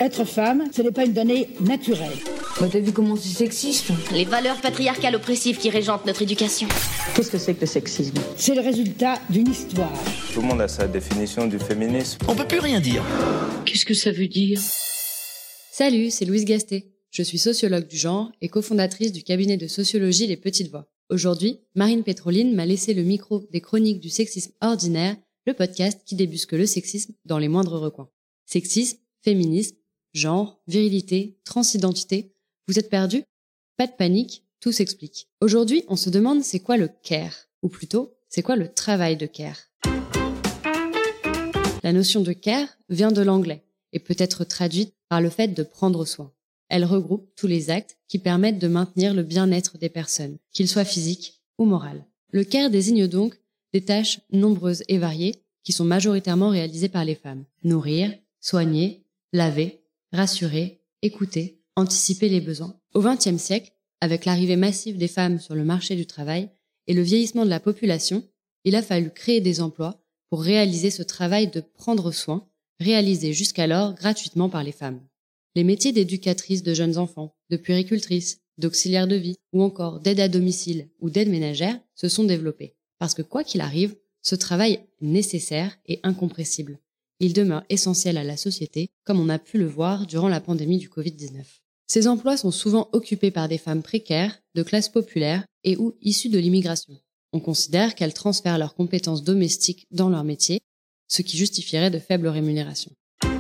Être femme, ce n'est pas une donnée naturelle. T'as vu comment c'est sexiste ? Les valeurs patriarcales oppressives qui régentent notre éducation. Qu'est-ce que c'est que le sexisme ? C'est le résultat d'une histoire. Tout le monde a sa définition du féminisme. On peut plus rien dire. Qu'est-ce que ça veut dire ? Salut, c'est Louise Gasté. Je suis sociologue du genre et cofondatrice du cabinet de sociologie Les Petites Voix. Aujourd'hui, Marine Pétroline m'a laissé le micro des Chroniques du sexisme ordinaire, le podcast qui débusque le sexisme dans les moindres recoins. Sexisme, féminisme, genre, virilité, transidentité. Vous êtes perdus ? Pas de panique, tout s'explique. Aujourd'hui, on se demande c'est quoi le care ? Ou plutôt, c'est quoi le travail de care ? La notion de care vient de l'anglais et peut être traduite par le fait de prendre soin. Elle regroupe tous les actes qui permettent de maintenir le bien-être des personnes, qu'ils soient physiques ou morales. Le care désigne donc des tâches nombreuses et variées qui sont majoritairement réalisées par les femmes. Nourrir, soigner, laver, rassurer, écouter, anticiper les besoins. Au XXe siècle, avec l'arrivée massive des femmes sur le marché du travail et le vieillissement de la population, il a fallu créer des emplois pour réaliser ce travail de prendre soin, réalisé jusqu'alors gratuitement par les femmes. Les métiers d'éducatrice de jeunes enfants, de puéricultrice, d'auxiliaire de vie ou encore d'aide à domicile ou d'aide ménagère se sont développés. Parce que quoi qu'il arrive, ce travail est nécessaire et incompressible. Il demeure essentiel à la société, comme on a pu le voir durant la pandémie du Covid-19. Ces emplois sont souvent occupés par des femmes précaires, de classe populaire et ou issues de l'immigration. On considère qu'elles transfèrent leurs compétences domestiques dans leur métier, ce qui justifierait de faibles rémunérations.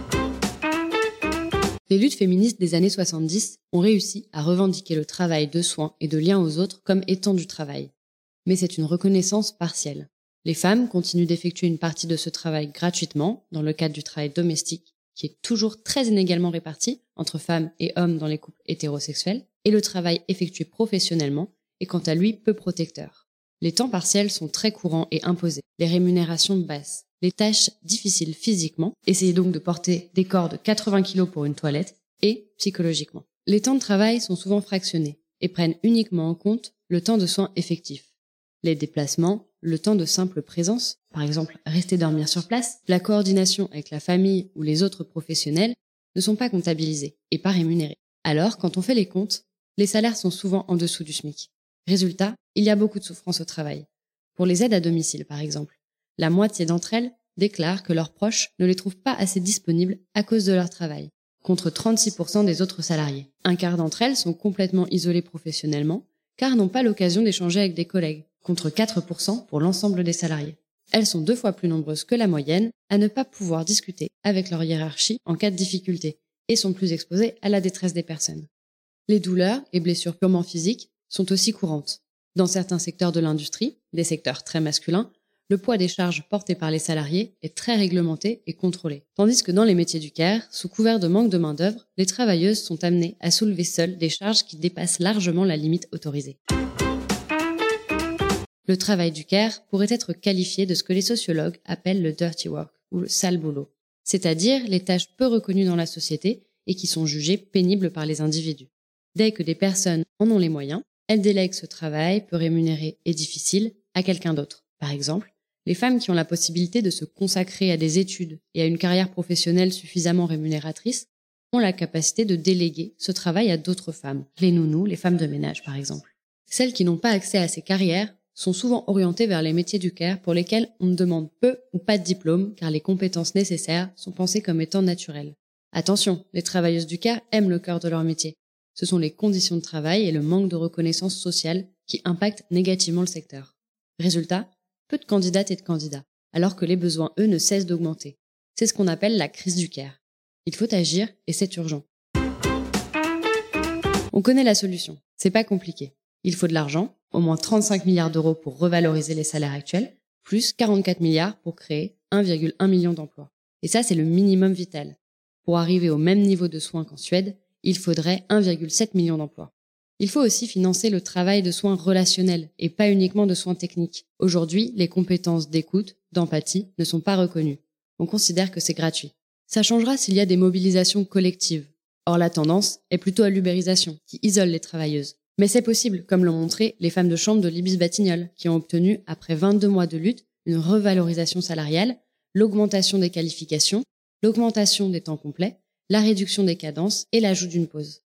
Les luttes féministes des années 70 ont réussi à revendiquer le travail de soins et de lien aux autres comme étant du travail. Mais c'est une reconnaissance partielle. Les femmes continuent d'effectuer une partie de ce travail gratuitement, dans le cadre du travail domestique, qui est toujours très inégalement réparti entre femmes et hommes dans les couples hétérosexuels, et le travail effectué professionnellement est quant à lui peu protecteur. Les temps partiels sont très courants et imposés, les rémunérations basses, les tâches difficiles physiquement, essayez donc de porter des corps de 80 kg pour une toilette, et psychologiquement. Les temps de travail sont souvent fractionnés et prennent uniquement en compte le temps de soins effectifs. Les déplacements, le temps de simple présence, par exemple rester dormir sur place, la coordination avec la famille ou les autres professionnels ne sont pas comptabilisés et pas rémunérés. Alors, quand on fait les comptes, les salaires sont souvent en dessous du SMIC. Résultat, il y a beaucoup de souffrance au travail. Pour les aides à domicile, par exemple, la moitié d'entre elles déclarent que leurs proches ne les trouvent pas assez disponibles à cause de leur travail, contre 36% des autres salariés. Un quart d'entre elles sont complètement isolées professionnellement, car n'ont pas l'occasion d'échanger avec des collègues, contre 4% pour l'ensemble des salariés. Elles sont 2 fois plus nombreuses que la moyenne à ne pas pouvoir discuter avec leur hiérarchie en cas de difficulté, et sont plus exposées à la détresse des personnes. Les douleurs et blessures purement physiques sont aussi courantes. Dans certains secteurs de l'industrie, des secteurs très masculins, le poids des charges portées par les salariés est très réglementé et contrôlé. Tandis que dans les métiers du care, sous couvert de manque de main-d'œuvre, les travailleuses sont amenées à soulever seules des charges qui dépassent largement la limite autorisée. Le travail du care pourrait être qualifié de ce que les sociologues appellent le dirty work, ou le sale boulot, c'est-à-dire les tâches peu reconnues dans la société et qui sont jugées pénibles par les individus. Dès que des personnes en ont les moyens, elles délèguent ce travail peu rémunéré et difficile à quelqu'un d'autre. Par exemple, les femmes qui ont la possibilité de se consacrer à des études et à une carrière professionnelle suffisamment rémunératrice ont la capacité de déléguer ce travail à d'autres femmes, les nounous, les femmes de ménage par exemple. Celles qui n'ont pas accès à ces carrières sont souvent orientées vers les métiers du care pour lesquels on ne demande peu ou pas de diplôme car les compétences nécessaires sont pensées comme étant naturelles. Attention, les travailleuses du care aiment le cœur de leur métier. Ce sont les conditions de travail et le manque de reconnaissance sociale qui impactent négativement le secteur. Résultat, peu de candidates et de candidats, alors que les besoins, eux, ne cessent d'augmenter. C'est ce qu'on appelle la crise du care. Il faut agir et c'est urgent. On connaît la solution. C'est pas compliqué. Il faut de l'argent, au moins 35 milliards d'euros pour revaloriser les salaires actuels, plus 44 milliards pour créer 1,1 million d'emplois. Et ça, c'est le minimum vital. Pour arriver au même niveau de soins qu'en Suède, il faudrait 1,7 million d'emplois. Il faut aussi financer le travail de soins relationnels et pas uniquement de soins techniques. Aujourd'hui, les compétences d'écoute, d'empathie ne sont pas reconnues. On considère que c'est gratuit. Ça changera s'il y a des mobilisations collectives. Or, la tendance est plutôt à l'ubérisation, qui isole les travailleuses. Mais c'est possible, comme l'ont montré les femmes de chambre de l'Ibis Batignolles, qui ont obtenu, après 22 mois de lutte, une revalorisation salariale, l'augmentation des qualifications, l'augmentation des temps complets, la réduction des cadences et l'ajout d'une pause.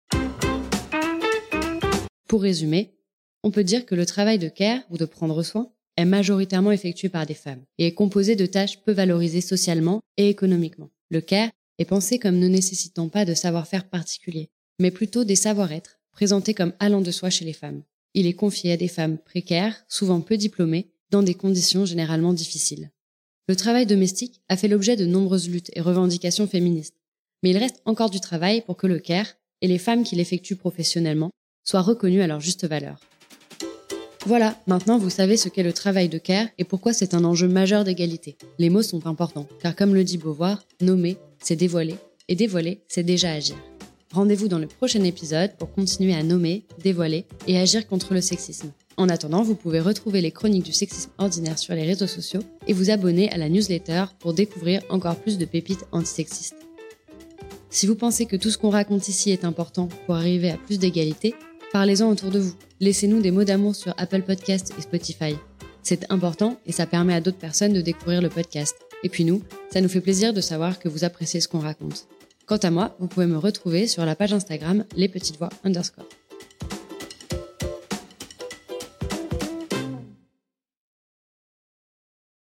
Pour résumer, on peut dire que le travail de care ou de prendre soin est majoritairement effectué par des femmes et est composé de tâches peu valorisées socialement et économiquement. Le care est pensé comme ne nécessitant pas de savoir-faire particulier, mais plutôt des savoir-être présentés comme allant de soi chez les femmes. Il est confié à des femmes précaires, souvent peu diplômées, dans des conditions généralement difficiles. Le travail domestique a fait l'objet de nombreuses luttes et revendications féministes, mais il reste encore du travail pour que le care et les femmes qui l'effectuent professionnellement soient reconnues à leur juste valeur. Voilà, maintenant vous savez ce qu'est le travail de care et pourquoi c'est un enjeu majeur d'égalité. Les mots sont importants, car comme le dit Beauvoir, nommer, c'est dévoiler, et dévoiler, c'est déjà agir. Rendez-vous dans le prochain épisode pour continuer à nommer, dévoiler et agir contre le sexisme. En attendant, vous pouvez retrouver les chroniques du sexisme ordinaire sur les réseaux sociaux et vous abonner à la newsletter pour découvrir encore plus de pépites antisexistes. Si vous pensez que tout ce qu'on raconte ici est important pour arriver à plus d'égalité, parlez-en autour de vous. Laissez-nous des mots d'amour sur Apple Podcasts et Spotify. C'est important et ça permet à d'autres personnes de découvrir le podcast. Et puis nous, ça nous fait plaisir de savoir que vous appréciez ce qu'on raconte. Quant à moi, vous pouvez me retrouver sur la page Instagram lespetitesvoix_.